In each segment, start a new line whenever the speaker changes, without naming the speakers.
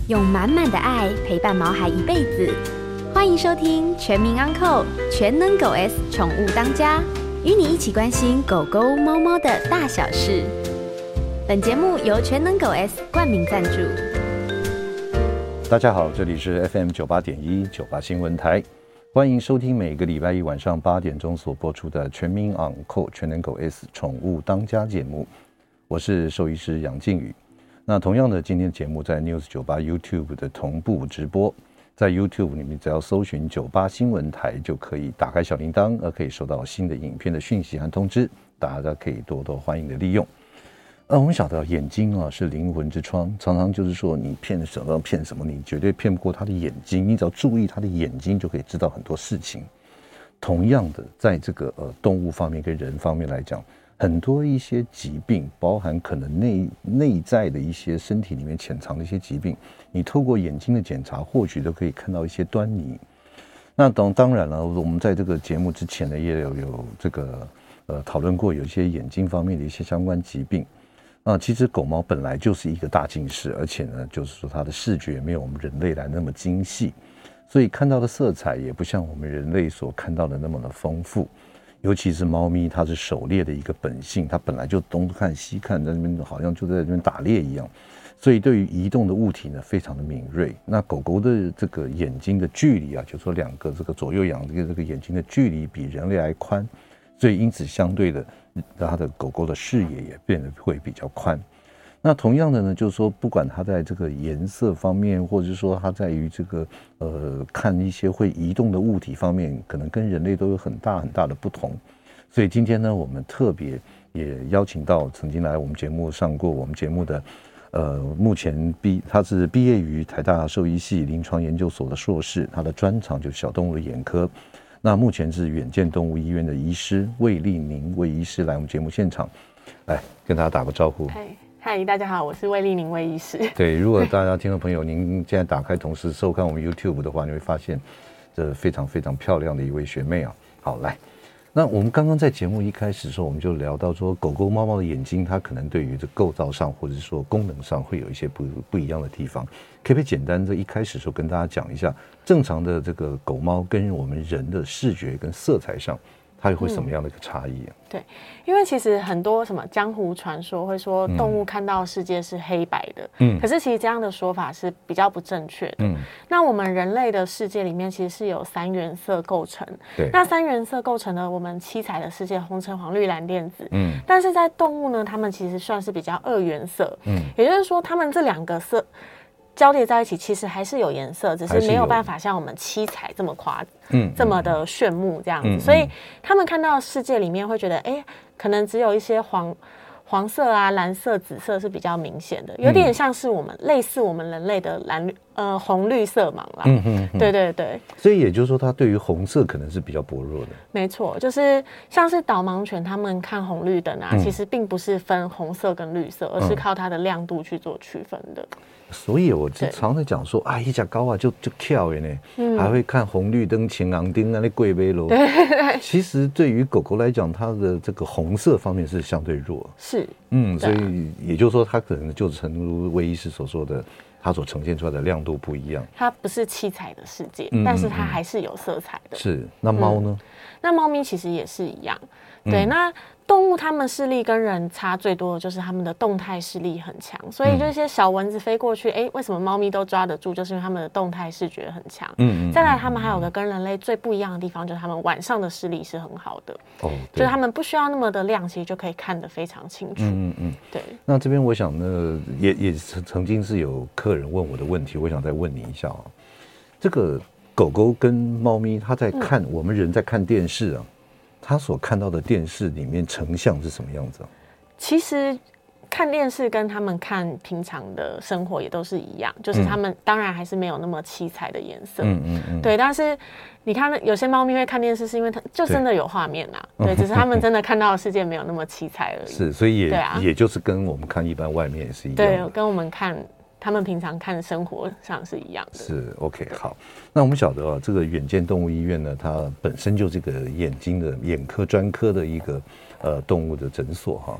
用满满的爱陪伴毛孩一辈子。欢迎收听全民安扣全能狗 S 宠物当家，与你一起关心狗狗猫猫的大小事。本节目由全能狗 S 冠名赞助。
大家好，这里是 FM98.1 98新闻台，欢迎收听每个礼拜一晚上8点钟所播出的全民昂扣全能狗 S 宠物当家节目。我是兽医师杨靖宇。那同样的，今天节目在 News 98 YouTube 的同步直播，在 YouTube 里面只要搜寻98新闻台，就可以打开小铃铛，而可以收到新的影片的讯息和通知，大家可以多多欢迎的利用。我们晓得眼睛是灵魂之窗，常常就是说你骗什么，你绝对骗不过他的眼睛，你只要注意他的眼睛，就可以知道很多事情。同样的，在这个动物方面跟人方面来讲，很多一些疾病，包含可能内在的一些身体里面潜藏的一些疾病，你透过眼睛的检查，或许都可以看到一些端倪。那当然了，我们在这个节目之前呢，也有这个讨论过有一些眼睛方面的一些相关疾病。其实狗猫本来就是一个大近视，而且呢，就是说它的视觉没有我们人类来那么精细，所以看到的色彩也不像我们人类所看到的那么的丰富。尤其是猫咪，它是狩猎的一个本性，它本来就东看西看，在那边好像就在那边打猎一样，所以对于移动的物体呢，非常的敏锐。那狗狗的这个眼睛的距离啊，就是说两个这个左右仰的这个眼睛的距离比人类还宽，所以因此相对的，它的狗狗的视野也变得会比较宽。那同样的呢，就是说，不管它在这个颜色方面，或者是说它在于这个看一些会移动的物体方面，可能跟人类都有很大的不同。所以今天呢，我们特别也邀请到曾经来我们节目上过我们节目的目前他是毕业于台大兽医系临床研究所的硕士，他的专长就是小动物的眼科。那目前是远见动物医院的医师魏丽宁魏医师来我们节目现场，来跟大家打个招呼。
嗨，大家好，我是魏丽宁魏医师。
对，如果大家听众朋友您现在打开同时收看我们 YouTube 的话，你会发现这非常非常漂亮的一位学妹啊。好，来，那我们刚刚在节目一开始的时候，我们就聊到说，狗狗猫猫的眼睛，它可能对于这构造上或者是说功能上会有一些不一样的地方。可不可以简单在一开始的时候跟大家讲一下，正常的这个狗猫跟我们人的视觉跟色彩上，它会什么样的一个差异啊？
对，因为其实很多什么江湖传说会说动物看到的世界是黑白的，可是其实这样的说法是比较不正确的。那我们人类的世界里面其实是由3原色构成，对，那3原色构成了我们七彩的世界，红橙黄绿蓝靛紫。但是在动物呢，它们其实算是比较2原色，也就是说，它们这2个色交叠在一起，其实还是有颜色，只是没有办法像我们七彩这么这么的炫目这样子。所以他们看到的世界里面会觉得，可能只有一些黄色啊、蓝色、紫色是比较明显的，有点像是类似我们人类的红绿色盲啦。对对对。
所以也就是说，它对于红色可能是比较薄弱的。
没错，就是像是导盲犬，他们看红绿灯啊，其实并不是分红色跟绿色，而是靠它的亮度去做区分的。
所以我常常讲说，一只狗啊就巧的呢，还会看红绿灯、青红灯那贵杯咯。其实对于狗狗来讲，它的这个红色方面是相对弱。
是，
所以也就是说，它可能就诚如魏医师所说的，它所呈现出来的亮度不一样。
它不是七彩的世界，但是它还是有色彩的。
是，那猫呢？
那猫咪其实也是一样。对，那动物它们视力跟人差最多的就是它们的动态视力很强，所以这些小蚊子飞过去，为什么猫咪都抓得住？就是因为它们的动态视觉很强。再来，它们还有个跟人类最不一样的地方，就是它们晚上的视力是很好的。就是它们不需要那么的亮，其实就可以看得非常清楚。对。那
这边我想呢，也曾经是有客人问我的问题，我想再问你一下啊。这个狗狗跟猫咪，它在看我们人在看电视啊。他所看到的电视里面成像是什么样子？
其实看电视跟他们看平常的生活也都是一样，就是他们当然还是没有那么七彩的颜色。对，但是你看有些猫咪会看电视，是因为它就真的有画面啊。对，只是他们真的看到的世界没有那么七彩而已。
是，所以也就是跟我们看一般外面也是一样。
对，跟我们看。他们平常看生活上是一样的。
是 OK 好，那我们晓得这个远见动物医院呢，它本身就这个眼睛的眼科专科的一个动物的诊所哈。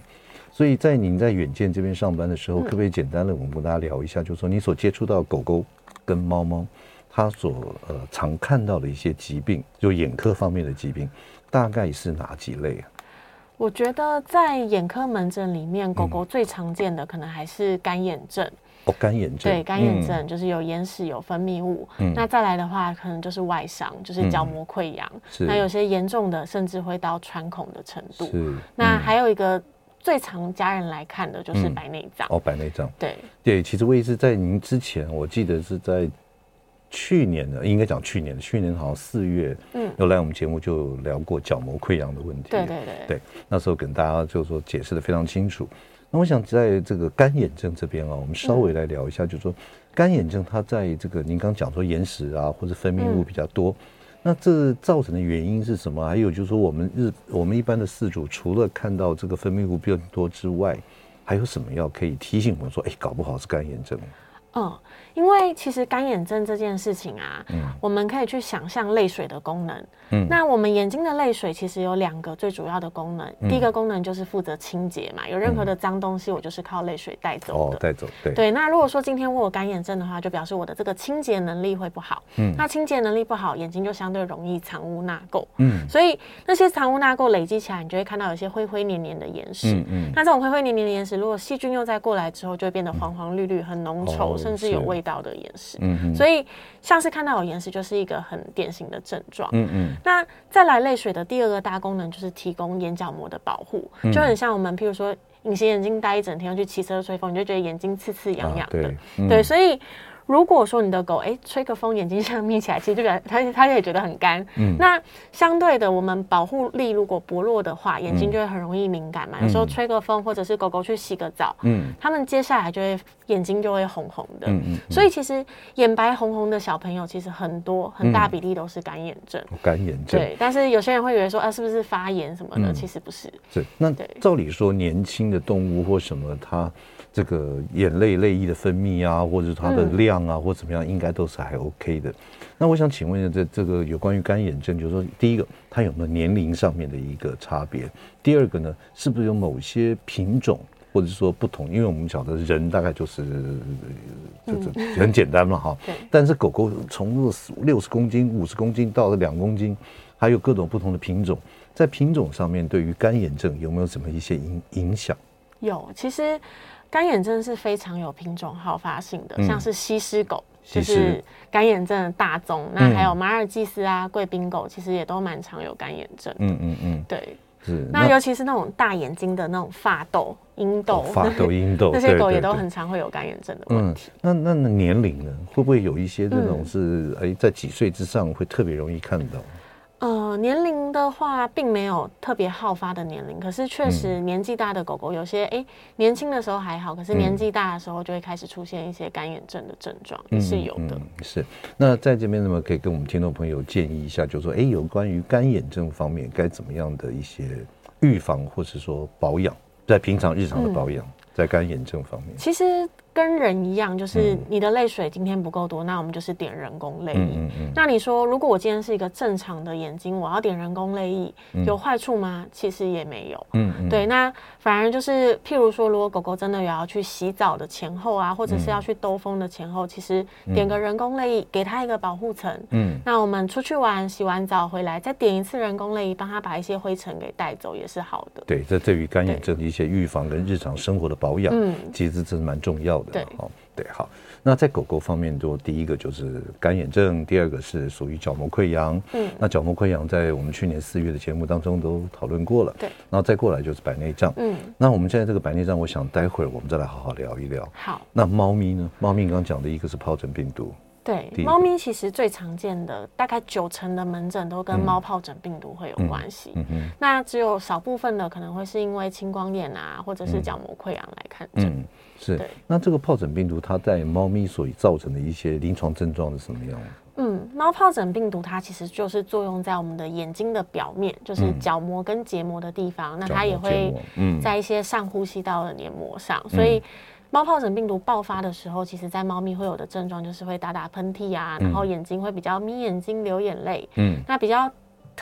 所以在您在远见这边上班的时候，可不可以简单的我们跟大家聊一下，就是说你所接触到狗狗跟猫猫，它所常看到的一些疾病，就眼科方面的疾病，大概是哪几类啊？
我觉得在眼科门诊里面，狗狗最常见的可能还是干眼症。
干眼症，
对，干眼症就是有眼屎、有分泌物。那再来的话，可能就是外伤，就是角膜溃疡。那有些严重的，甚至会到穿孔的程度。那还有一个最常家人来看的就是白内障。白
内障。
对，
其实我也是在您之前，我记得是在去年的，应该讲去年好像4月，有来我们节目就聊过角膜溃疡的问题。对，那时候跟大家就说解释的非常清楚。那我想在这个干眼症这边我们稍微来聊一下，就是说干眼症它在这个您刚讲说眼屎啊或者分泌物比较多，那这造成的原因是什么？还有就是说我们一般的饲主除了看到这个分泌物比较多之外，还有什么要可以提醒我们说，搞不好是干眼症？
因为其实干眼症这件事情啊，我们可以去想象泪水的功能。那我们眼睛的泪水其实有2个最主要的功能。第一个功能就是负责清洁嘛，有任何的脏东西，我就是靠泪水带走的。带走，对。那如果说今天我有干眼症的话，就表示我的这个清洁能力会不好。那清洁能力不好，眼睛就相对容易藏污纳垢。所以那些藏污纳垢累积起来，你就会看到有些灰灰黏黏的眼屎。那这种灰灰黏黏的眼屎，如果细菌又再过来之后，就会变得黄黄绿绿、很浓稠，甚至有味道的眼屎。所以像是看到有眼屎就是一个很典型的症状。那再来泪水的第2个大功能就是提供眼角膜的保护，就很像我们譬如说隐形眼镜戴一整天去骑车吹风，你就觉得眼睛刺刺痒痒的。对，所以如果说你的狗吹个风眼睛像眯起来，其实就表示它也觉得很干。那相对的，我们保护力如果薄弱的话，眼睛就会很容易敏感嘛。有时候吹个风，或者是狗狗去洗个澡，他们接下来就会眼睛就会红红的。所以其实眼白红红的小朋友，其实很大比例都是干眼症。干眼症。对，但是有些人会以为说是不是发炎什么的，其实不是。是。
那照理说，年轻的动物或什么，它这个眼泪液的分泌啊，或者是它的量啊，或怎么样，应该都是还 OK 的。那我想请问一下，这个有关于干眼症，就是说，第一个，它有没有年龄上面的一个差别？第二个呢，是不是有某些品种，或者说不同？因为我们晓得人大概就是很简单嘛，哈。但是狗狗从60公斤、50公斤到了2公斤，还有各种不同的品种，在品种上面对于干眼症有没有什么一些影响？
有，其实干眼症是非常有品种好发性的，像是西施狗就是干眼症的大宗，那还有马尔济斯啊、贵宾狗，其实也都蛮常有干眼症的。对。那尤其是那种大眼睛的那种发豆、鹰豆、那些狗也都很常会有干眼症的问题。
那年龄呢？会不会有一些这种是在几岁之上会特别容易看到？
年龄的话，并没有特别好发的年龄，可是确实年纪大的狗狗有些年轻的时候还好，可是年纪大的时候就会开始出现一些干眼症的症状，也是有的。
是。那在这边，那么可以跟我们听众朋友建议一下，就是说，有关于干眼症方面该怎么样的一些预防，或是说保养，在平常日常的保养，在干眼症方面，
其实跟人一样，就是你的泪水今天不够多，那我们就是点人工泪液。那你说，如果我今天是一个正常的眼睛，我要点人工泪液，有坏处吗？其实也没有。对，那反而就是譬如说，如果狗狗真的有要去洗澡的前后啊，或者是要去兜风的前后，其实点个人工泪液，给它一个保护层。那我们出去玩，洗完澡回来，再点一次人工泪液，帮它把一些灰尘给带走，也是好的。
对，这对于干眼症的一些预防跟日常生活的保养，其实这是蛮重要的。对，好。那在狗狗方面，就第一个就是干眼症，第二个是属于角膜溃疡。那角膜溃疡在我们去年4月的节目当中都讨论过了。对，然后再过来就是白内障。那我们现在这个白内障，我想待会儿我们再来好好聊一聊。
好。
那猫咪呢？猫咪刚刚讲的一个是疱疹病毒。
对，猫咪其实最常见的大概90%的门诊都跟猫疱疹病毒会有关系。那只有少部分的可能会是因为青光眼啊，或者是角膜溃疡来看诊。
是。那这个疱疹病毒它在猫咪所造成的一些临床症状是什么样的？
猫疱疹病毒它其实就是作用在我们的眼睛的表面，就是角膜跟结膜的地方。那它也会在一些上呼吸道的黏膜上，所以猫疱疹病毒爆发的时候，其实在猫咪会有的症状就是会打喷嚏啊，然后眼睛会比较眯眼睛、流眼泪。那比较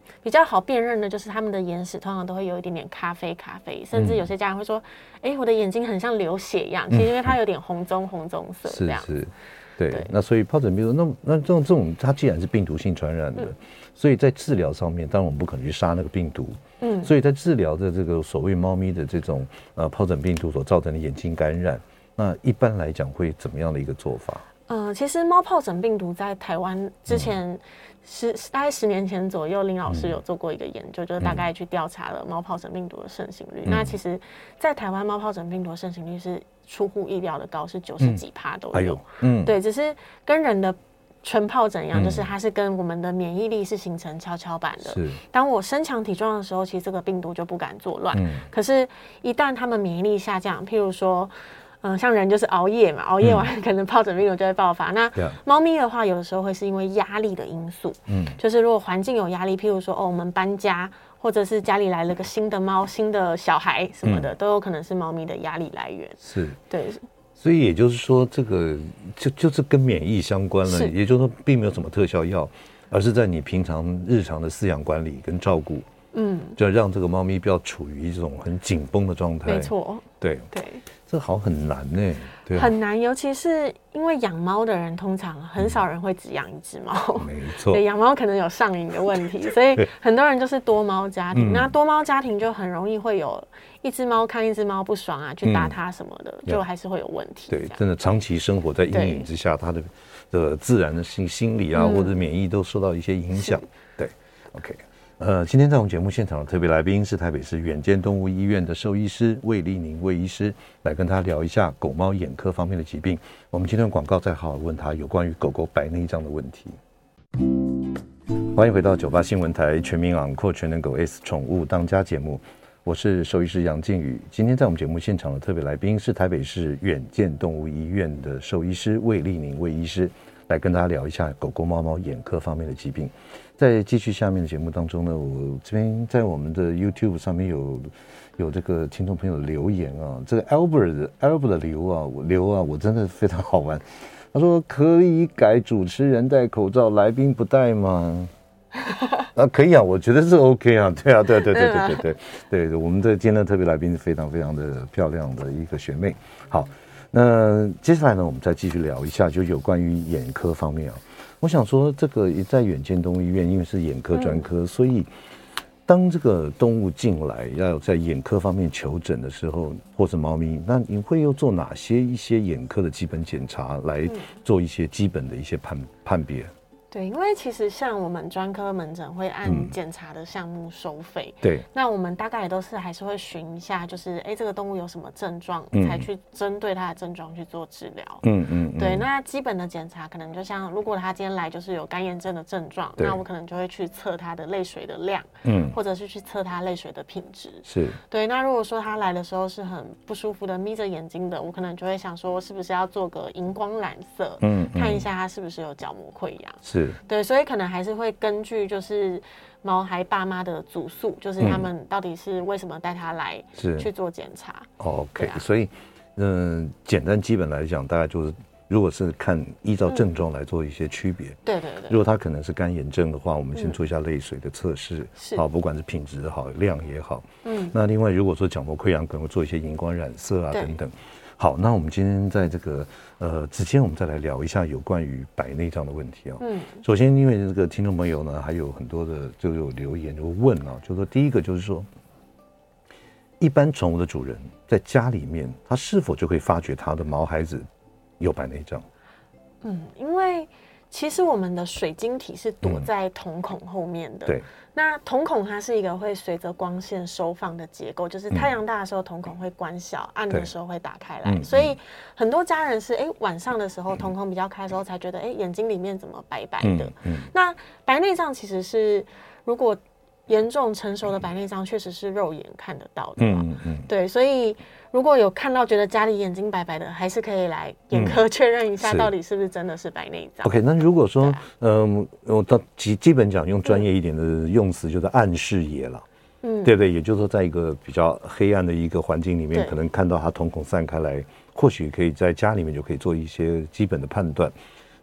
比较好辨认的就是他们的眼屎通常都会有一点点咖啡，甚至有些家人会说，我的眼睛很像流血一样，其实因为它有点红棕色这样。
是。对，那所以疱疹病毒，那这种它既然是病毒性传染的，所以在治疗上面，当然我们不可能去杀那个病毒，所以在治疗的这个所谓猫咪的这种疱疹病毒所造成的眼睛感染，那一般来讲会怎么样的一个做法？
其实猫疱疹病毒在台湾之前大概10年前左右，林老师有做过一个研究，就是大概去调查了猫疱疹病毒的盛行率。那其实，在台湾猫疱疹病毒的盛行率是出乎意料的高，是90几%都有。对，只是跟人的纯疱疹一样，就是它是跟我们的免疫力是形成跷跷板的。当我身强体壮的时候，其实这个病毒就不敢作乱。可是，一旦他们免疫力下降，譬如说。像人就是熬夜嘛，熬夜完可能疱疹病毒就会爆发。那猫咪的话，有的时候会是因为压力的因素，就是如果环境有压力，譬如说我们搬家，或者是家里来了个新的猫、新的小孩什么的，都有可能是猫咪的压力来源。是，对。
所以也就是说，这个就是跟免疫相关了，也就是说，并没有什么特效药，而是在你平常日常的饲养管理跟照顾，就让这个猫咪不要处于一种很紧绷的状态。
没错，对。
这好很难呢，对，
很难，尤其是因为养猫的人通常很少人会只养一只猫，
没错，
对，养猫可能有上瘾的问题，所以很多人就是多猫家庭。那多猫家庭就很容易会有一只猫看一只猫不爽啊，去打它什么的，就还是会有问题。
对，真的长期生活在阴影之下，它的自然的心理啊，或者免疫都受到一些影响。对 ，OK。今天在我们节目现场的特别来宾是台北市远见动物医院的兽医师魏丽宁魏医师，来跟他聊一下狗猫眼科方面的疾病。我们今天的广告再好好问他有关于狗狗白内障的问题。欢迎回到98新闻台全民昂扣全能狗 S 宠物当家节目，我是兽医师杨靖宇。今天在我们节目现场的特别来宾是台北市远见动物医院的兽医师魏丽宁魏医师，来跟大家聊一下狗狗猫猫眼科方面的疾病。在继续下面的节目当中呢，我这边在我们的 YouTube 上面有这个听众朋友的留言啊，这个 Albert 的留啊，我真的非常好玩。他说可以改主持人戴口罩，来宾不戴吗？可以啊，我觉得是 OK 啊，对啊，对，我们的今天的特别来宾是非常非常的漂亮的一个学妹。好，那接下来呢，我们再继续聊一下，就有关于眼科方面啊。我想说，这个在远见动物医院，因为是眼科专科，所以当这个动物进来要在眼科方面求诊的时候，或是猫咪，那你会又做哪些一些眼科的基本检查，来做一些基本的一些判别？
对，因为其实像我们专科门诊会按检查的项目收费，
对，
那我们大概也都是还是会询一下，就是这个动物有什么症状，才去针对它的症状去做治疗。对，那基本的检查可能就像，如果它今天来就是有干眼症的症状，那我可能就会去测它的泪水的量，或者是去测它泪水的品质。是，对。那如果说它来的时候是很不舒服的，眯着眼睛的，我可能就会想说，是不是要做个荧光染色，看一下它是不是有角膜溃疡。对，所以可能还是会根据就是毛孩爸妈的主诉，就是他们到底是为什么带他来去做检查。
OK，所以简单基本来讲，大概就是如果是依照症状来做一些区别。对。如果他可能是干眼症的话，我们先做一下泪水的测试，好，不管是品质好量也好。那另外如果说角膜溃疡，可能会做一些荧光染色啊等等。好，那我们今天在这个之前，我们再来聊一下有关于白内障的问题哦。首先，因为这个听众朋友呢，还有很多的就有留言就问啊，就说第一个就是说，一般宠物的主人在家里面，他是否就可以发觉他的毛孩子有白内障？
因为其实我们的水晶体是躲在瞳孔后面的。对。那瞳孔它是一个会随着光线收放的结构，就是太阳大的时候瞳孔会关小，暗的时候会打开来。所以很多家人是晚上的时候瞳孔比较开的时候才觉得眼睛里面怎么白白的。那白内障其实是如果严重成熟的白内障确实是肉眼看得到的嘛。对，所以如果有看到觉得家里眼睛白白的，还是可以来眼科确认一下到底是不是真的是白内障。
OK， 那如果说我到基本讲用专业一点的用词，就是暗视野了。对不对？也就是说，在一个比较黑暗的一个环境里面，可能看到它瞳孔散开来，或许可以在家里面就可以做一些基本的判断。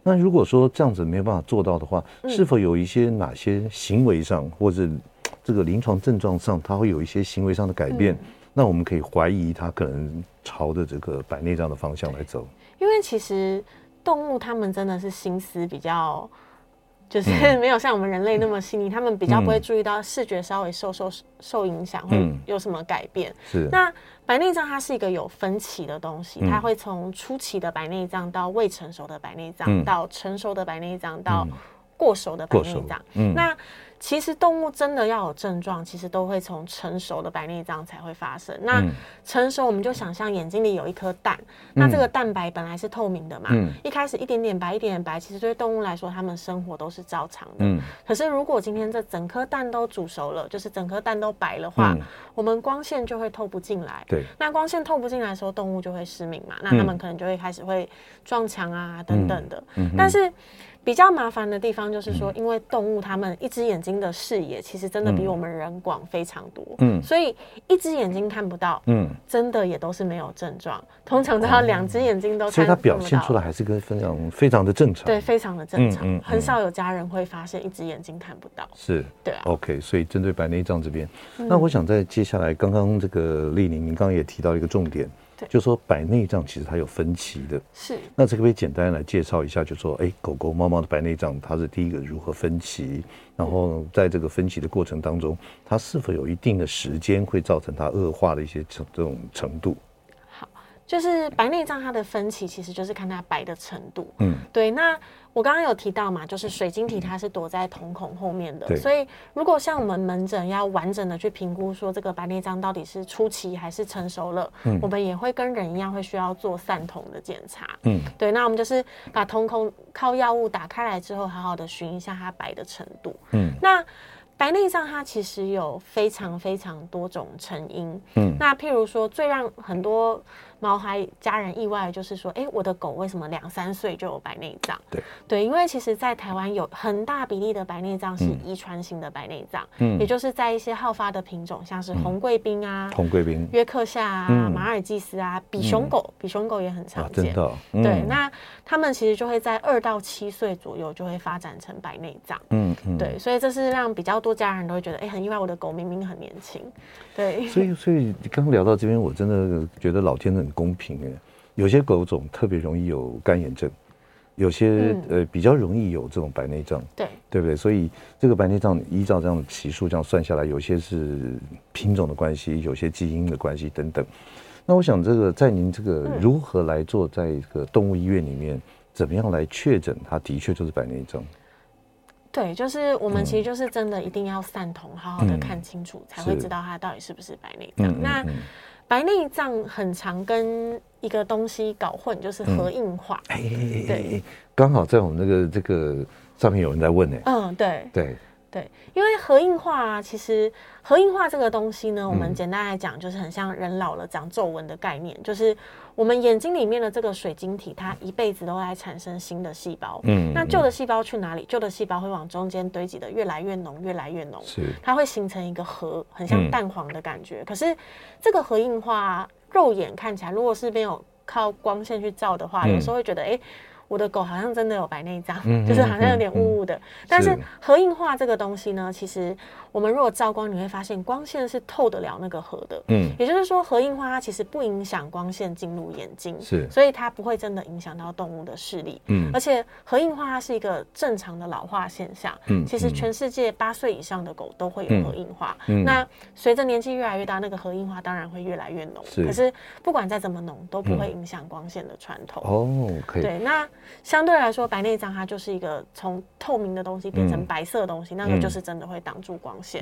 那如果说这样子没有办法做到的话，是否有哪些行为上或者这个临床症状上，它会有一些行为上的改变？那我们可以怀疑它可能朝着这个白内障的方向来走。因
为其实动物它们真的是心思比较，就是没有像我们人类那么细腻，他们比较不会注意到视觉稍微受影响会有什么改变。是。那白内障它是一个有分期的东西，它会从初期的白内障到未成熟的白内障，到成熟的白内障，到过熟的白内障。那其实动物真的要有症状，其实都会从成熟的白内障才会发生。那成熟我们就想象眼睛里有一颗蛋，那这个蛋白本来是透明的嘛，一开始一点点白一点点白，其实对动物来说它们生活都是照常的。可是如果今天这整颗蛋都煮熟了，就是整颗蛋都白的话，我们光线就会透不进来。对，那光线透不进来的时候，动物就会失明嘛，那它们可能就会开始会撞墙啊等等的。但是比较麻烦的地方就是说，因为动物它们一只眼睛的视野其实真的比我们人广非常多，所以一只眼睛看不到，真的也都是没有症状。通常都要2只眼睛都看不到，
所以它表现出来还是跟非常的正常，
对，非常的正常。很少有家人会发现一只眼睛看不到，
是，对啊。OK， 所以针对白内障这边，那我想在接下来，刚刚这个丽玲，您刚刚也提到一个重点。就说白内障其实它有分期的，是。那这个可以简单来介绍一下，就说狗狗、猫猫的白内障，它是第一个如何分期，然后在这个分期的过程当中，它是否有一定的时间会造成它恶化的一些这种程度？
好，就是白内障它的分期其实就是看它白的程度。对。那我刚刚有提到嘛，就是水晶体它是躲在瞳孔后面的，所以如果像我们门诊要完整的去评估说这个白内障到底是初期还是成熟了，我们也会跟人一样会需要做散瞳的检查。对，那我们就是把瞳孔靠药物打开来之后，好好的寻一下它白的程度。那白内障它其实有非常非常多种成因。那譬如说最让很多毛孩家人意外的就是说，我的狗为什么2-3岁就有白内障？对，因为其实在台湾有很大比例的白内障是遗传型的白内障，也就是在一些好发的品种，像是红贵宾啊、约克夏啊、马尔济斯啊、比熊狗也很常见。真的。对，那他们其实就会在2到7岁左右就会发展成白内障。对，所以这是让比较多家人都会觉得，很意外，我的狗明明很年轻。对，所
以刚刚聊到这边，我真的觉得老天很公平。有些狗种特别容易有干眼症，有些比较容易有这种白内障，对不对？所以这个白内障依照这样的期数这样算下来，有些是品种的关系，有些基因的关系等等。那我想这个在您这个如何来做，在这个动物医院里面，怎么样来确诊它的确就是白内障？
对，就是我们其实就是真的一定要散瞳，好好的看清楚，才会知道它到底是不是白内障。那白内障很常跟一个东西搞混，就是核硬化。
对，刚好在我们这个上面有人在问
对，因为核硬化啊，其实核硬化这个东西呢，我们简单来讲就是很像人老了长皱纹的概念，就是我们眼睛里面的这个水晶体，它一辈子都在产生新的细胞。那旧的细胞去哪里？旧的细胞会往中间堆积的越来越浓，越来越浓，它会形成一个核，很像蛋黄的感觉。可是这个核硬化，肉眼看起来，如果是没有靠光线去照的话，有时候会觉得我的狗好像真的有白内障，就是好像有点雾雾的。但是核硬化这个东西呢，其实我们如果照光，你会发现光线是透得了那个核的。也就是说核硬化它其实不影响光线进入眼睛，所以它不会真的影响到动物的视力。而且核硬化它是一个正常的老化现象。其实全世界8岁以上的狗都会有核硬化。那随着年纪越来越大，那个核硬化当然会越来越浓。可是不管再怎么浓，都不会影响光线的穿透。对，那相对来说，白内障它就是一个从透明的东西变成白色的东西，那个就是真的会挡住光线。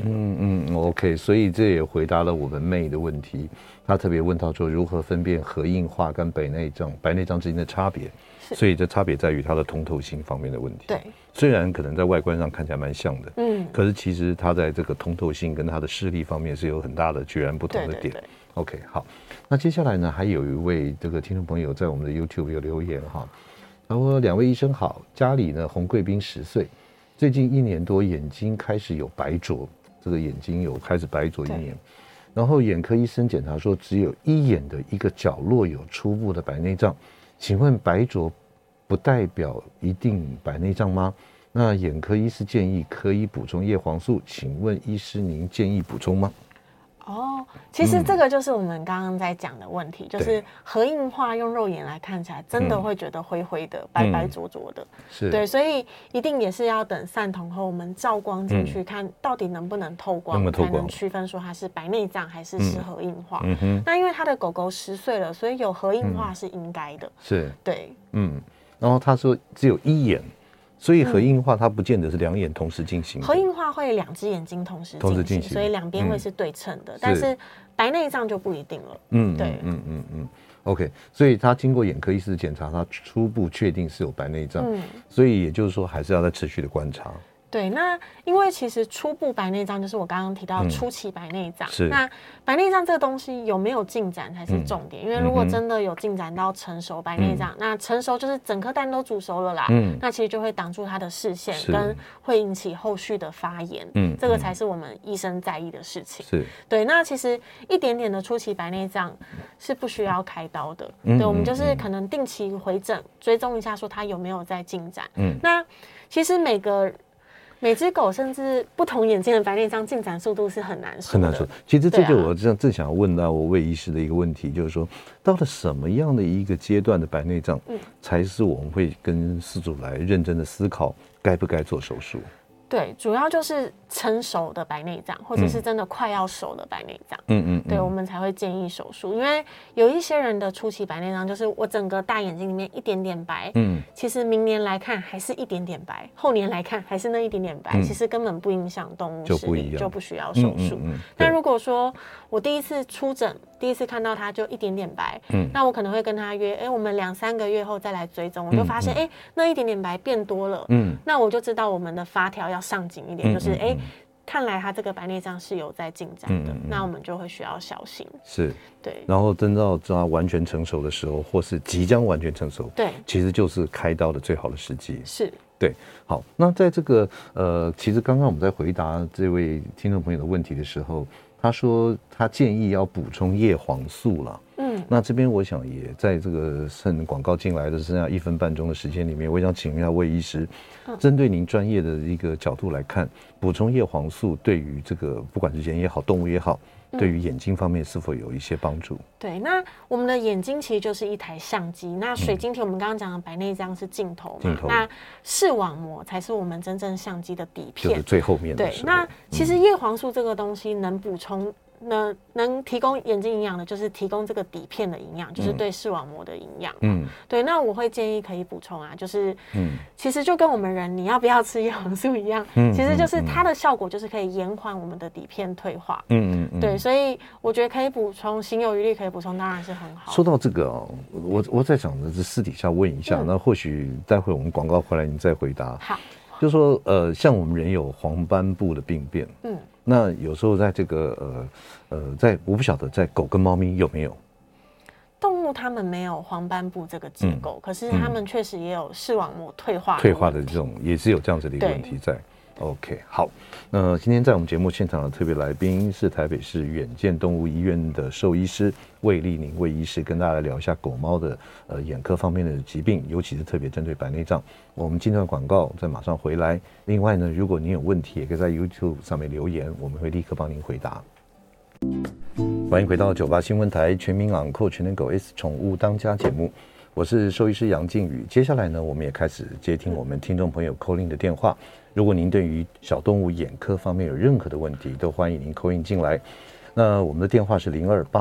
OK， 所以这也回答了我们妹的问题。他特别问到说，如何分辨核硬化跟白内障之间的差别？所以这差别在于它的通透性方面的问题。对，虽然可能在外观上看起来蛮像的，可是其实它在这个通透性跟它的视力方面是有很大的截然不同的点。OK， 好，那接下来呢，还有一位这个听众朋友在我们的 YouTube 有留言哈。然后2位医生好，家里呢红贵宾10岁，最近1年多眼睛开始有白浊，这个眼睛有开始白浊1年，然后眼科医生检查说只有1眼的一个角落有初步的白内障，请问白浊不代表一定白内障吗？那眼科医师建议可以补充叶黄素，请问医师您建议补充吗？
其实这个就是我们刚刚在讲的问题，就是核硬化用肉眼来看起来真的会觉得灰灰的、白白浊浊的，
是
对，所以一定也是要等散瞳后我们照光进去看到底能不能透光，才能区分说它是白内障还是核硬化。那因为他的狗狗10岁了，所以有核硬化是应该的，
是，
对，
然后他说只有1眼。所以核硬化它不见得是2眼同时进行，
核硬化会2只眼睛同时进行，所以两边会是对称的，但是白内障就不一定了。对
，OK， 所以他经过眼科医师检查，他初步确定是有白内障，所以也就是说还是要再持续的观察。
对，那因为其实初步白内障就是我刚刚提到初期白内障，那白内障这个东西有没有进展才是重点，因为如果真的有进展到成熟白内障，那成熟就是整颗蛋都煮熟了啦，那其实就会挡住它的视线，跟会引起后续的发炎，这个才是我们医生在意的事情。
是，
对，那其实一点点的初期白内障是不需要开刀的，对，我们就是可能定期回诊追踪一下，说它有没有在进展。那其实每只狗甚至不同眼睛的白内障进展速度是很难说的。
其实这就我正想要问到我魏医师的一个问题，就是说到了什么样的一个阶段的白内障，才是我们会跟饲主来认真的思考该不该做手术？
对，主要就是成熟的白内障，或者是真的快要熟的白内障，对，我们才会建议手术。因为有一些人的初期白内障，就是我整个大眼睛里面一点点白，其实明年来看还是一点点白，后年来看还是那一点点白，其实根本不影响动物视力，就不需要手术。但如果说我第一次出诊，第一次看到它就一点点白，那我可能会跟他约，我们2-3个月后再来追踪，我就发现，那一点点白变多了，那我就知道我们的发条要上紧一点，就是看来它这个白内障是有在进展的，那我们就会需要小心。
是，
对。
然后等到它完全成熟的时候，或是即将完全成熟，
对，
其实就是开刀的最好的时机。
是，
对。好，那在这个其实刚刚我们在回答这位听众朋友的问题的时候，他说他建议要补充叶黄素了。那这边我想也在这个趁广告进来的剩下1分半钟的时间里面，我想请问一下魏医师，针对您专业的一个角度来看，补充叶黄素对于这个不管是人也好，动物也好，对于眼睛方面是否有一些帮助？对，
那我们的眼睛其实就是一台相机，那水晶体我们刚刚讲的白内障是镜头嘛，那视网膜才是我们真正相机的底片，
就是最后面的时候。
对，那其实叶黄素这个东西能补充。能提供眼睛营养的，就是提供这个底片的营养，就是对视网膜的营养。对，那我会建议可以补充啊，就是其实就跟我们人你要不要吃叶黄素一样，其实就是它的效果就是可以延缓我们的底片退化。对，所以我觉得可以补充，行有余力可以补充，当然是很好。
说到这个我在想的是私底下问一下，那或许待会我们广告回来你再回答。
好，
就说像我们人有黄斑部的病变，那有时候在这个我不晓得在狗跟猫咪有没有。
动物它们没有黄斑部这个结构，可是它们确实也有视网膜退化
的这种，也是有这样子的一个问题在。OK， 好，那今天在我们节目现场的特别来宾是台北市远见动物医院的兽医师魏丽宁魏医师，跟大家聊一下狗猫的眼科方面的疾病，尤其是特别针对白内障。我们进段广告，再马上回来。另外呢，如果您有问题，也可以在 YouTube 上面留言，我们会立刻帮您回答。欢迎回到98新闻台全民昂扣全能狗 S 宠物当家节目，我是兽医师杨靖宇。接下来呢，我们也开始接听我们听众朋友 call in 的电话。如果您对于小动物眼科方面有任何的问题，都欢迎您 call in 进来。那我们的电话是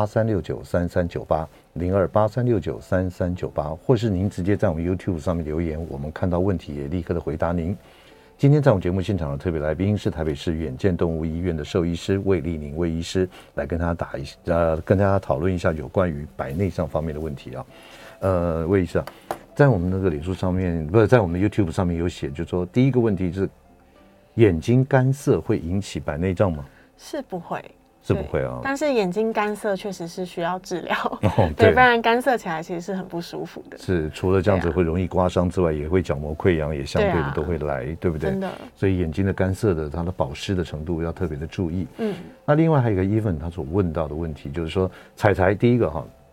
0283693398 0283693398，或是您直接在我们 YouTube 上面留言，我们看到问题也立刻的回答您。今天在我们节目现场的特别来宾是台北市远见动物医院的兽医师魏丽宁魏医师，来跟他跟大家讨论一下有关于白内障方面的问题啊。魏医师啊，在我们那个脸书上面，不是在我们 YouTube 上面有写，就是说第一个问题是眼睛干涩会引起白内障吗？
是不会。
是不会啊，
但是眼睛干涩确实是需要治疗，对，不然干涩起来其实是很不舒服的。是，
除了这样子会容易刮伤之外，也会角膜溃疡，也相对的都会来，对不对？
真的。
所以眼睛的干涩的，它的保湿的程度要特别的注意。那另外还有一个 Even 他所问到的问题，就是说彩彩第一个哈，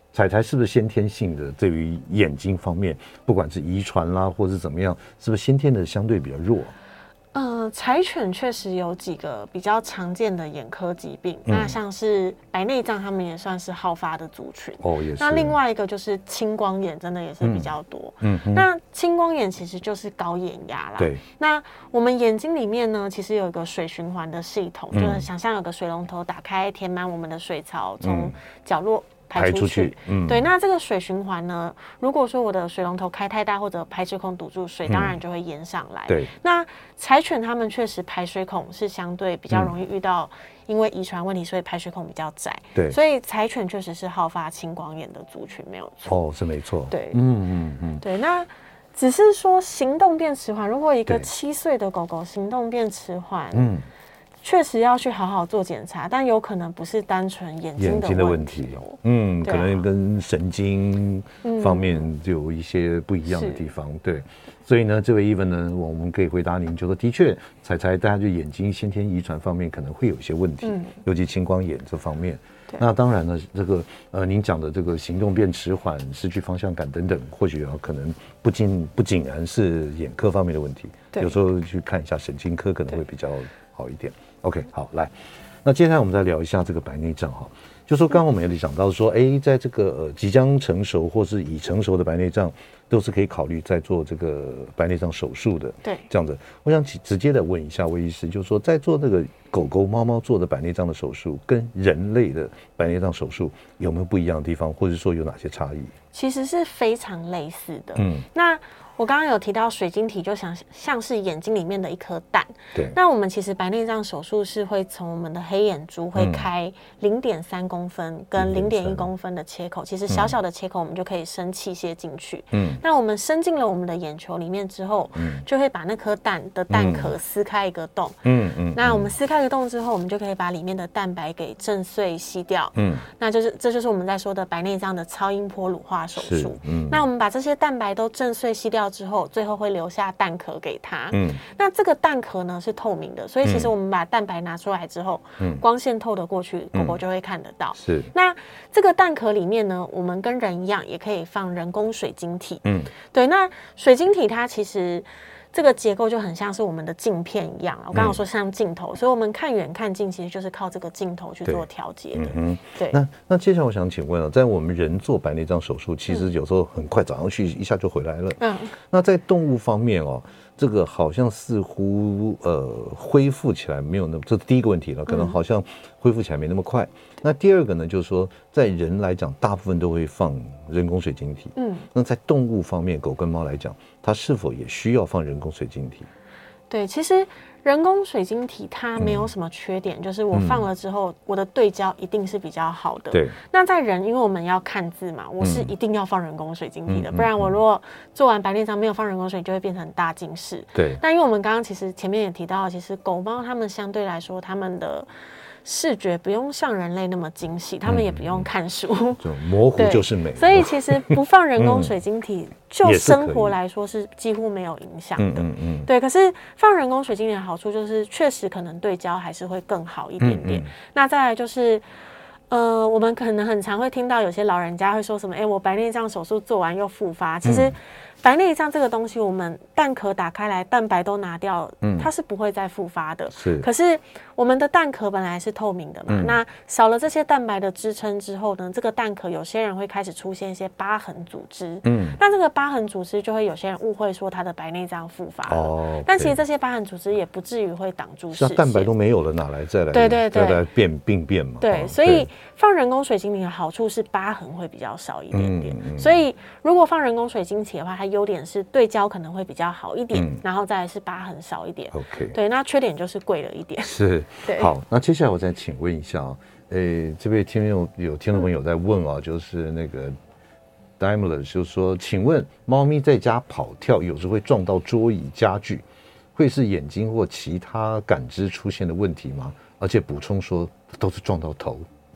彩彩是不是先天性的对于眼睛方面，不管是遗传啦，或是怎么样，是不是先天的相对比较弱？
柴犬确实有几个比较常见的眼科疾病，那像是白内障，他们也算是好发的族群。也是。那另外一个就是青光眼，真的也是比较多。那青光眼其实就是高眼压啦。
对。
那我们眼睛里面呢，其实有一个水循环的系统，就是想象有个水龙头打开，填满我们的水槽，从角落排出去。对，那这个水循环呢，如果说我的水龙头开太大，或者排水孔堵住，水当然就会淹上来。
对，
那柴犬它们确实排水孔是相对比较容易遇到，因为遗传问题，所以排水孔比较窄。
对，
所以柴犬确实是好发青光眼的族群，没有错。
是没错。
对，对，那只是说行动变迟缓，如果一个7岁的狗狗行动变迟缓，确实要去好好做检查，但有可能不是单纯眼睛的问题可能跟神经方面就有一些不一样的地方。对，所以呢，这位 Even 呢，我们可以回答您，就说的确，彩彩大家就眼睛先天遗传方面可能会有一些问题，尤其青光眼这方面。那当然呢，这个您讲的这个行动变迟缓、失去方向感等等，或许可能不仅然是眼科方面的问题，有时候去看一下神经科可能会比较好一点。OK， 好，来，那接下来我们再聊一下这个白内障哈。就说刚刚我们也讲到说，在这个即将成熟或是已成熟的白内障，都是可以考虑在做这个白内障手术的。 对，
这样子，我想直接的问一下魏医师，就是说在做这个狗狗、猫猫做的白内障的手术，跟人类的白内障手术有没有不一样的地方，或者说有哪些差异？
其实是非常类似的。那我刚刚有提到水晶体，就像是眼睛里面的一颗蛋。
对。
那我们其实白内障手术是会从我们的黑眼珠会开0.3公分跟0.1公分的切口，其实小小的切口我们就可以伸器械进去。那我们伸进了我们的眼球里面之后，就会把那颗蛋的蛋壳撕开一个洞。那我们撕开一个洞之后，我们就可以把里面的蛋白给震碎吸掉。那这就是我们在说的白内障的超音波乳化手术。那我们把这些蛋白都震碎吸掉之后，最后会留下蛋壳给它。那这个蛋壳呢是透明的，所以其实我们把蛋白拿出来之后，光线透得过去，狗狗就会看得到。
是。那
这个蛋壳里面呢，我们跟人一样，也可以放人工水晶体。对。那水晶体它其实这个结构就很像是我们的镜片一样，我刚刚说像镜头，所以我们看远看近其实就是靠这个镜头去做调节的。
对。那接下来我想请问在我们人做白内障手术，其实有时候很快早上去一下就回来了。那在动物方面这个好像似乎恢复起来没有那么，这是第一个问题了，可能好像恢复起来没那么快。那第二个呢，就是说在人来讲，大部分都会放人工水晶体。那在动物方面，狗跟猫来讲，它是否也需要放人工水晶体？
对，其实人工水晶体它没有什么缺点，就是我放了之后，我的对焦一定是比较好的。
对。那
在人，因为我们要看字嘛，我是一定要放人工水晶体的，不然我如果做完白内障没有放人工水晶，就会变成大近视。
对。
但因为我们刚刚其实前面也提到，其实狗猫它们相对来说，它们的视觉不用像人类那么精细，他们也不用看书，
就模糊就是美。
所以其实不放人工水晶体，就生活来说是几乎没有影响的。对。可是放人工水晶体的好处就是，确实可能对焦还是会更好一点点。那再来就是。我们可能很常会听到有些老人家会说什么，我白内障手术做完又复发。其实白内障这个东西，我们蛋壳打开来，蛋白都拿掉，它是不会再复发的。
是。
可是我们的蛋壳本来是透明的嘛，那少了这些蛋白的支撑之后呢，这个蛋壳有些人会开始出现一些疤痕组织。那这个疤痕组织就会有些人误会说他的白内障复发了。但其实这些疤痕组织也不至于会挡住视线。
蛋白都没有了，哪来再来？
对，
再来病变嘛。
对，所以放人工水晶体的好处是疤痕会比较少一点点。所以如果放人工水晶体的话，它优点是对焦可能会比较好一点，然后再来是疤痕少一点。
OK。
对，那缺点就是贵了一点。
是。好，那接下来我再请问一下这位有听众朋友在问就是那个 Daimler 就是说，请问猫咪在家跑跳，有时会撞到桌椅家具，会是眼睛或其他感知出现的问题吗？而且补充说，都是撞到头。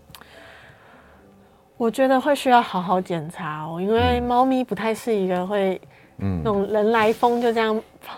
我觉得会需要好好检查因为猫咪不太是一个会那种人来疯就这样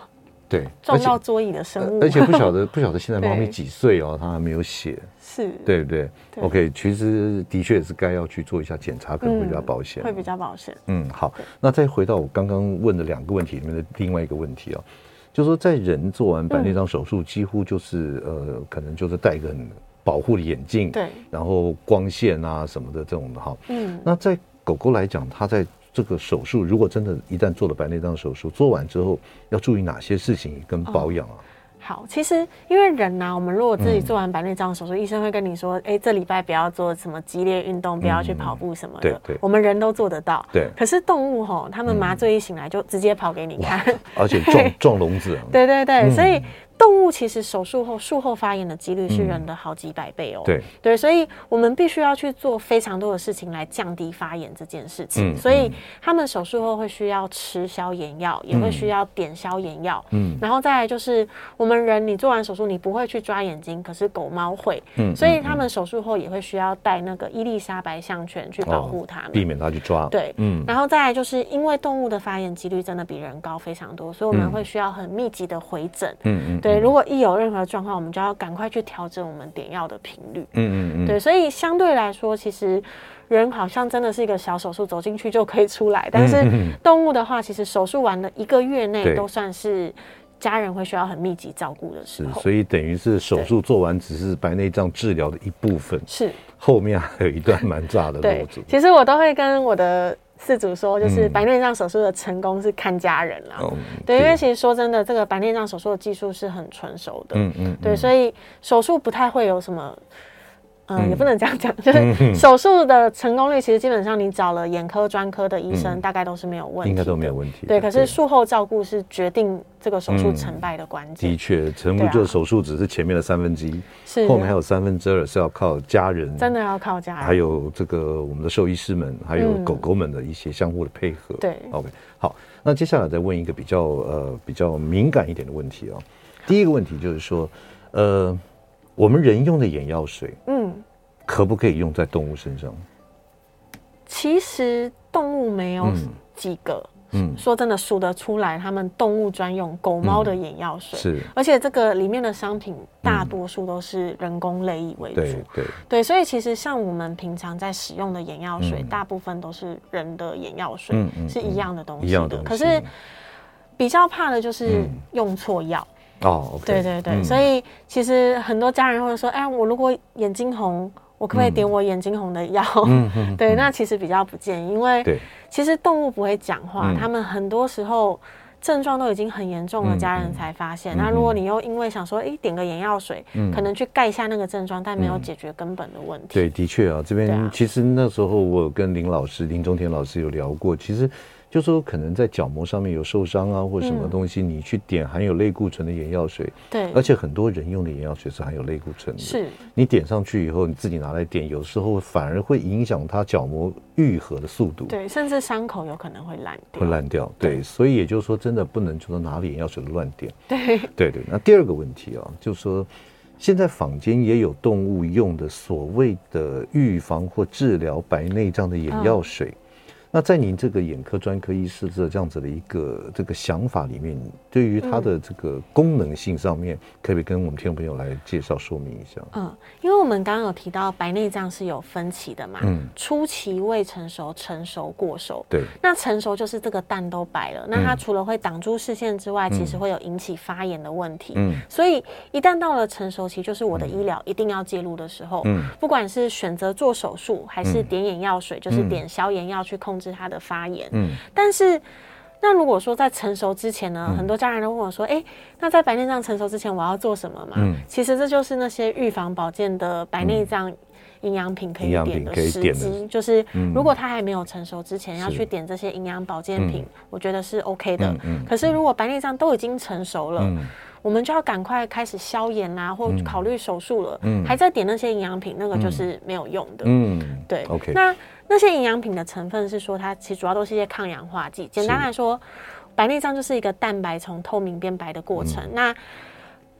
对，
撞到桌椅的生物，
而且不晓得现在猫咪几岁哦，它还没有写，
是，
对不对 ？OK， 其实的确也是该要去做一下检查，可能会比较保险，
会比较保险。
好，那再回到我刚刚问的2个问题里面的另外一个问题哦，就是说在人做完白内障手术，几乎就是可能就是戴一个很保护的眼镜，
对，
然后光线啊什么的这种的哈，那在狗狗来讲，它在这个手术如果真的一旦做了白内障手术，做完之后要注意哪些事情跟保养啊？
好，其实因为人我们如果自己做完白内障手术，医生会跟你说，这礼拜不要做什么激烈运动，不要去跑步什么的，
对，
我们人都做得到，
对。
可是动物他们麻醉一醒来就直接跑给你看，
而且撞笼子，
对，所以动物其实手术后术后发炎的几率是人的好几百倍哦。对，所以我们必须要去做非常多的事情来降低发炎这件事情。所以他们手术后会需要吃消炎药，也会需要点消炎药。然后再来就是我们人，你做完手术你不会去抓眼睛，可是狗猫会。所以他们手术后也会需要戴那个伊丽莎白项圈去保护它们，
避免它去抓。
对，然后再来就是因为动物的发炎几率真的比人高非常多，所以我们会需要很密集的回诊。对，如果一有任何状况，我们就要赶快去调整我们点药的频率。对，所以相对来说，其实人好像真的是一个小手术，走进去就可以出来。但是动物的话，其实手术完的1个月内都算是家人会需要很密集照顾的时候。
所以等于是手术做完只是白内障治疗的一部分，
是
后面还有一段蛮炸的路子。
其实我都会跟我的饲主说，就是白内障手术的成功是看家人啦。对，因为其实说真的，这个白内障手术的技术是很纯熟的。对，所以手术不太会有什么。也不能这样讲，就是手术的成功率，其实基本上你找了眼科专科的医生，大概都是没有问题，
应该都没有问题。
对，可是术后照顾是决定这个手术成败的关键。
的确，成不就是手术只是前面的1/3，是后面还有2/3是要靠家人，
真的要靠家人，
还有这个我们的兽医师们，还有狗狗们的一些相互的配合。
对
，OK， 好，那接下来再问一个比较敏感一点的问题啊。第一个问题就是说，我们人用的眼药水，可不可以用在动物身上？
其实动物没有几个，说真的数得出来，他们动物专用狗猫的眼药水，是，而且这个里面的商品大多数都是人工泪液为主，对，所以其实像我们平常在使用的眼药水，大部分都是人的眼药水，是一样的东西的，可是比较怕的就是用错药。
对，
所以其实很多家人会说，我如果眼睛红，我可不可以点我眼睛红的药？对，那其实比较不建议，因为其实动物不会讲话，他们很多时候症状都已经很严重了，家人才发现。那如果你又因为想说，点个眼药水，可能去盖一下那个症状，但没有解决根本的问题。
对，的确啊，这边其实那时候我有跟林中田老师有聊过，其实。就说可能在角膜上面有受伤啊，或者什么东西，你去点含有类固醇的眼药水，
对，
而且很多人用的眼药水是含有类固醇的，
是，
你点上去以后，你自己拿来点，有时候反而会影响它角膜愈合的速度，
对，甚至伤口有可能会烂掉，
对，所以也就是说，真的不能就说拿了眼药水乱点，
对。
那第二个问题啊，就是说现在坊间也有动物用的所谓的预防或治疗白内障的眼药水。那在您这个眼科专科医师的这样子的一个这个想法里面，对于它的这个功能性上面，可不可以跟我们听众朋友来介绍说明一下？
因为我们刚刚有提到白内障是有分期的嘛，初期、未成熟、成熟、过熟。
对，
那成熟就是这个蛋都白了，那它除了会挡住视线之外，其实会有引起发炎的问题。所以一旦到了成熟期，就是我的医疗一定要介入的时候，不管是选择做手术，还是点眼药水，就是点消炎药去控制它的发炎。但是那如果说在成熟之前呢，很多家人都问我说，那在白内障成熟之前我要做什么嘛？其实这就是那些预防保健的白内障营养品可以点的时机，就是如果它还没有成熟之前要去点这些营养保健品，我觉得是 OK 的。可是如果白内障都已经成熟了，我们就要赶快开始消炎啊，或考虑手术了。还在点那些营养品，那个就是没有用的。对。OK。那些营养品的成分是说，它其实主要都是一些抗氧化剂。简单来说，白内障就是一个蛋白从透明变白的过程。那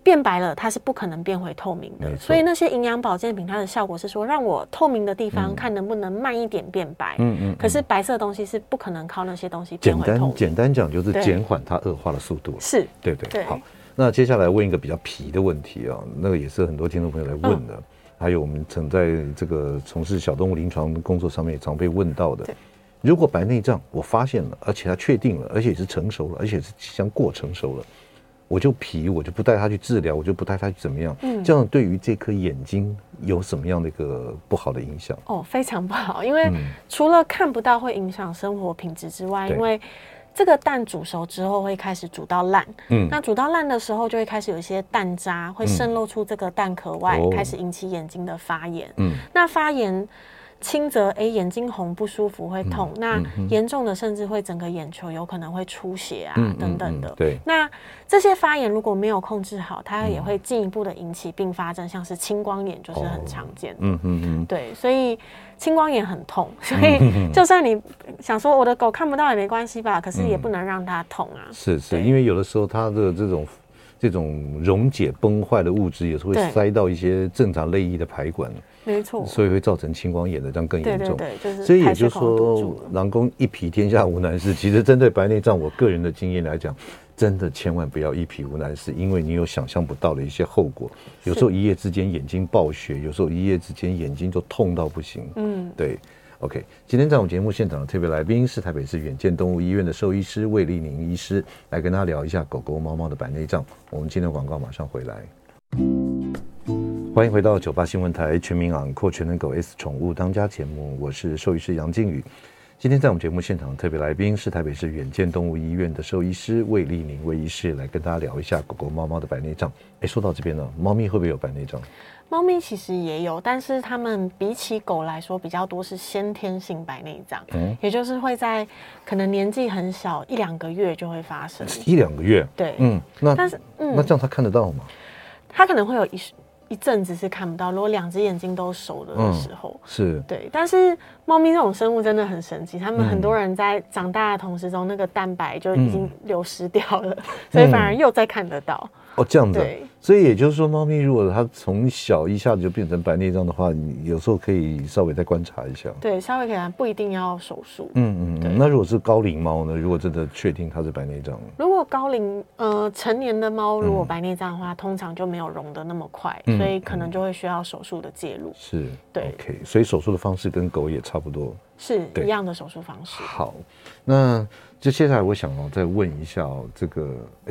变白了，它是不可能变回透明的。所以那些营养保健品，它的效果是说让我透明的地方看能不能慢一点变白。可是白色的东西是不可能靠那些东西变回透明。
简单讲就是减缓它恶化的速度，
是，
对不对？好，那接下来问一个比较皮的问题啊，那个也是很多听众朋友来问的，还有我们曾在这个从事小动物临床工作上面也常被问到的。如果白内障我发现了，而且它确定了，而且是成熟了，而且是即将过成熟了，我就不带它去治疗，我就不带它去怎么样？这样对于这颗眼睛有什么样的一个不好的影响？
非常不好，因为除了看不到会影响生活品质之外，因为这个蛋煮熟之后会开始煮到烂，那煮到烂的时候就会开始有一些蛋渣会渗漏出这个蛋壳外，开始引起眼睛的发炎。那发炎轻则眼睛红不舒服会痛，那严重的甚至会整个眼球有可能会出血啊等等的。
对，
那这些发炎如果没有控制好，它也会进一步的引起并发症，像是青光眼就是很常见的。对，所以青光眼很痛，所以就算你想说我的狗看不到也没关系吧，可是也不能让它痛啊。
是，因为有的时候它的这种溶解崩坏的物质，有时候会塞到一些正常泪液的排管。没错，所以会造成青光眼的，这样更严重。
对，就是
所以也就是说，郎公一匹天下无难事。其实针对白内障，我个人的经验来讲，真的千万不要一匹无难事，因为你有想象不到的一些后果。有时候一夜之间眼睛爆血，有时候一夜之间眼睛就痛到不行。对。OK， 今天在我们节目现场的特别来宾是台北市远见动物医院的兽医师魏丽宁医师，来跟他聊一下狗狗、猫猫的白内障。我们今天的广告马上回来。欢迎回到98新闻台全民昂扣全能狗 S 宠物当家节目，我是兽医师杨靖宇。今天在我们节目现场的特别来宾是台北市远见动物医院的兽医师魏丽宁魏医师，来跟大家聊一下狗狗、猫猫的白内障。说到这边呢，猫咪会不会有白内障？
猫咪其实也有，但是它们比起狗来说比较多是先天性白内障，也就是会在可能年纪很小1-2个月就会发生。
1-2个月？
对，
那这样它看得到吗？
它可能会有一阵子是看不到，如果2只眼睛都熟了的时候，
是对。
但是猫咪这种生物真的很神奇，它们很多人在长大的同时中，那个蛋白就已经流失掉了，所以反而又再看得到。
这样子。所以也就是说，猫咪如果它从小一下子就变成白内障的话，你有时候可以稍微再观察一下。对，
稍微可以，不一定要手术。
那如果是高龄猫呢？如果真的确定它是白内障，
如果高龄成年的猫如果白内障的话，通常就没有溶得那么快，所以可能就会需要手术的介入。
是，对 ，OK。所以手术的方式跟狗也差不多，
是一样的手术方式。
好，那就接下来我想再问一下这个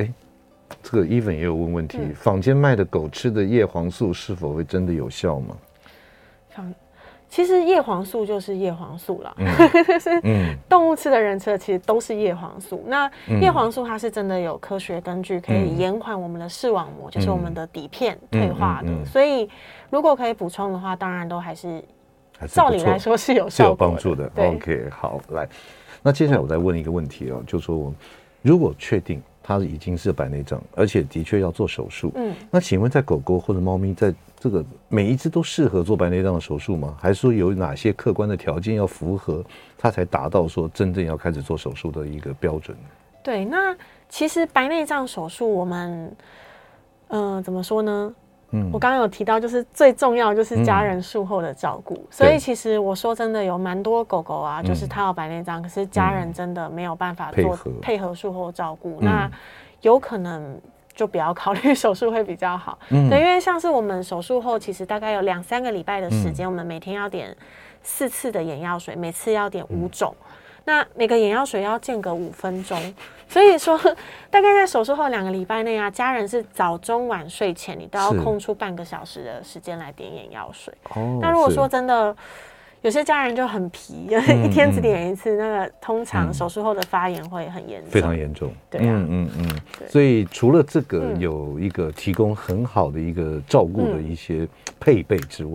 Even 也有问问题，坊间卖的狗吃的叶黄素是否会真的有效吗？
其实叶黄素就是叶黄素啦，动物吃的人吃的其实都是叶黄素。那叶黄素它是真的有科学根据，可以延缓我们的视网膜，就是我们的底片退化的。所以如果可以补充的话，当然都还是照理来说是有效果的，是有帮助的。
OK， 好，来，那接下来我再问一个问题就说如果确定它已经是白内障，而且的确要做手术，那请问在狗狗或者猫咪在这个每一只都适合做白内障的手术吗？还是说有哪些客观的条件要符合，它才达到说真正要开始做手术的一个标准？
对，那其实白内障手术我们怎么说呢？我刚刚有提到，就是最重要就是家人术后的照顾，所以其实我说真的有蛮多狗狗啊，就是它有白内障，可是家人真的没有办法做配合术后照顾，那有可能就不要考虑手术会比较好。对，因为像是我们手术后，其实大概有2-3个礼拜的时间，我们每天要点4次的眼药水，每次要点5种。那每个眼药水要间隔5分钟，所以说大概在手术后2个礼拜内啊，jaren是早中晚睡前你都要空出半个小时的时间来点眼药水。那如果说真的有些家人就很皮，一天只点1次，那个通常手术后的发炎会很严重，
非常严重。
对啊，
所以除了这个有一个提供很好的一个照顾的一些配备之外，对，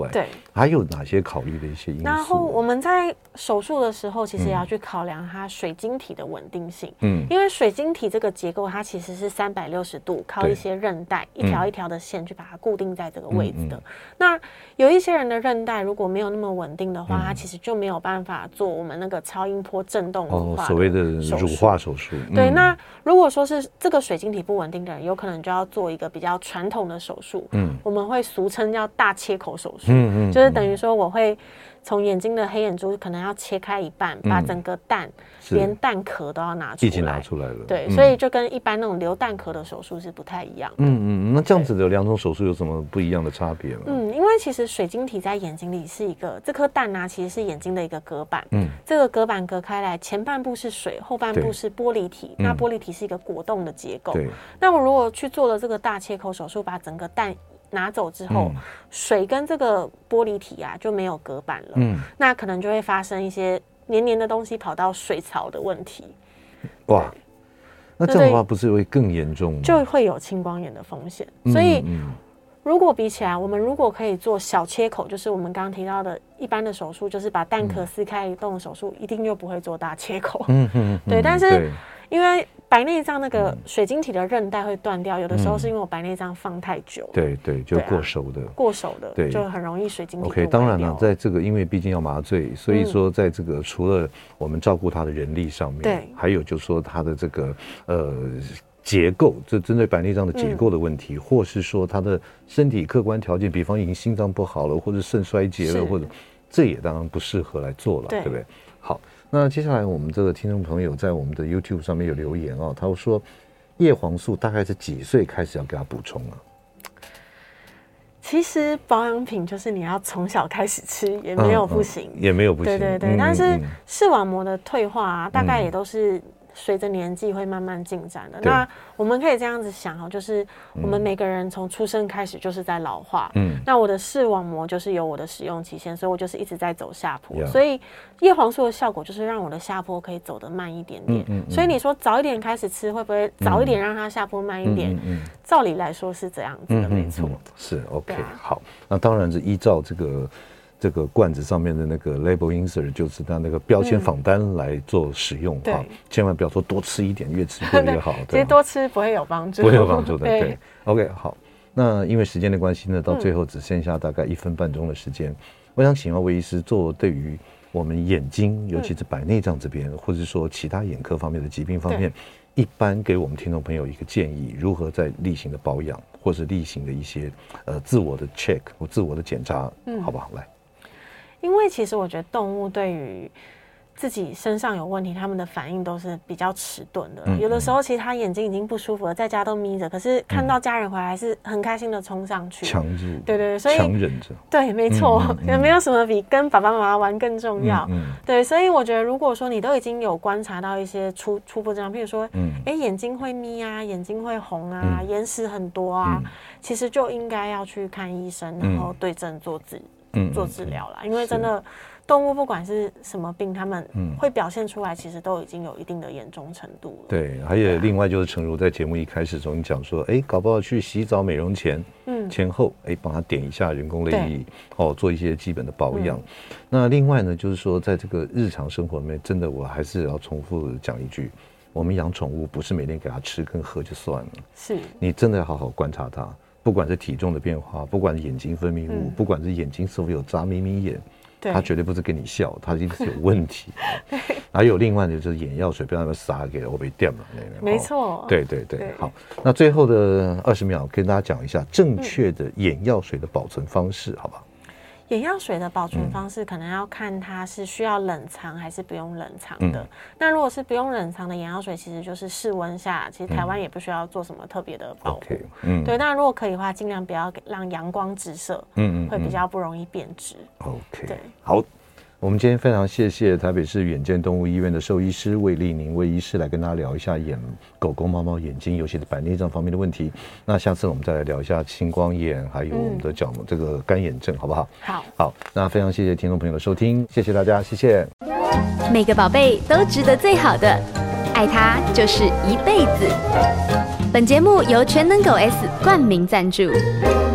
还有哪些考虑的一些因素？
然后我们在手术的时候，其实也要去考量它水晶体的稳定性。因为水晶体这个结构，它其实是360度靠一些韧带一条一条的线去把它固定在这个位置的。那有一些人的韧带如果没有那么稳定的话，它其实就没有办法做我们那个超音波震动乳化
所谓的乳化手术。
对，那如果说是这个水晶体不稳定的人，有可能就要做一个比较传统的手术。我们会俗称叫大切口手术。就是等于说我会从眼睛的黑眼珠可能要切开一半，把整个蛋连蛋壳都要拿出来，
一起拿出来了。
对，所以就跟一般那种留蛋壳的手术是不太一样的。
那这样子的两种手术有什么不一样的差别吗？
因为其实水晶体在眼睛里是一个，这颗蛋啊其实是眼睛的一个隔板。这个隔板隔开来，前半部是水，后半部是玻璃体。那玻璃体是一个果冻的结构。那我如果去做了这个大切口手术，把整个蛋拿走之后，水跟这个玻璃体啊就没有隔板了。那可能就会发生一些黏黏的东西跑到水槽的问题。
哇，那这样的话不是会更严重吗？
就会有青光眼的风险。所以如果比起来，我们如果可以做小切口，就是我们刚刚提到的一般的手术，就是把蛋壳撕开一动的手术，一定就不会做大切口。对，但是因为白内障那个水晶体的韧带会断掉，有的时候是因为我白内障放太久，
对，就过熟的，
对，就很容易水晶体。
OK， 当然了，在这个因为毕竟要麻醉，所以说在这个除了我们照顾他的人力上面，对，还有就是说他的这个结构，这针对白内障的结构的问题，或是说他的身体客观条件，比方已经心脏不好了，或者肾衰竭了，或者这也当然不适合来做了，对不对？好。那接下来我们这个听众朋友在我们的 YouTube 上面有留言哦，他说叶黄素大概是几岁开始要给他补充啊？
其实保养品就是你要从小开始吃，也没有不行，
也没有不行。
对，但是视网膜的退化啊，大概也都是随着年纪会慢慢进展的。那我们可以这样子想哦，就是我们每个人从出生开始就是在老化。那我的视网膜就是有我的使用期限，所以我就是一直在走下坡。所以叶黄素的效果就是让我的下坡可以走得慢一点点。所以你说早一点开始吃，会不会早一点让它下坡慢一点？照理来说是这样子的，没错。
是 OK，好。那当然是依照这个罐子上面的那个 label insert， 就是它那个标签仿单来做使用啊，千万不要说多吃一点，越吃越好。
其实多吃不会有帮助，
不会有帮助的。对 ，OK， 好。那因为时间的关系呢，到最后只剩下大概1分半钟的时间，我想请问魏医师，做对于我们眼睛，尤其是白内障这边，或者说其他眼科方面的疾病方面，一般给我们听众朋友一个建议，如何在例行的保养，或是例行的一些自我的 check 或自我的检查，好不好？来，
因为其实我觉得动物对于自己身上有问题，他们的反应都是比较迟钝的。有的时候其实他眼睛已经不舒服了，在家都眯着，可是看到家人回来还是很开心的冲上去，
强住，
对，所以
强忍着，
对，没错，也没有什么比跟爸爸妈妈玩更重要。对，所以我觉得如果说你都已经有观察到一些初步症状，譬如说，眼睛会眯啊，眼睛会红啊，眼屎很多啊，其实就应该要去看医生，然后对症做治疗啦，因为真的。动物不管是什么病，他们会表现出来，其实都已经有一定的严重程度了。
对，还有另外就是诚如在节目一开始中你讲说，搞不好去洗澡美容前，前后，帮他点一下人工泪液，做一些基本的保养。那另外呢，就是说在这个日常生活里面，真的我还是要重复讲一句，我们养宠物不是每天给它吃跟喝就算了，是你真的要好好观察它，不管是体重的变化，不管是眼睛分泌物，不管是眼睛是否有眨眯眯眼。他绝对不是跟你笑，他一定是有问题。还有另外的就是眼药水不要那么洒给我被电了，
没错。
对。好，那最后的20秒跟大家讲一下正确的眼药水的保存方式，好不好？
眼药水的保存方式可能要看它是需要冷藏还是不用冷藏的。那如果是不用冷藏的眼药水，其实就是室温下，其实台湾也不需要做什么特别的保护。对，那如果可以的话，尽量不要让阳光直射，会比较不容易变质。
OK， 对，好。我们今天非常谢谢台北市远见动物医院的兽医师魏丽宁魏医师来跟大家聊一下狗狗猫猫眼睛，尤其是白内障方面的问题。那下次我们再来聊一下青光眼，还有我们的这个干眼症，好不好？好，那非常谢谢听众朋友的收听，谢谢大家，谢谢。
每个宝贝都值得最好的，爱它就是一辈子。本节目由全能狗 S 冠名赞助。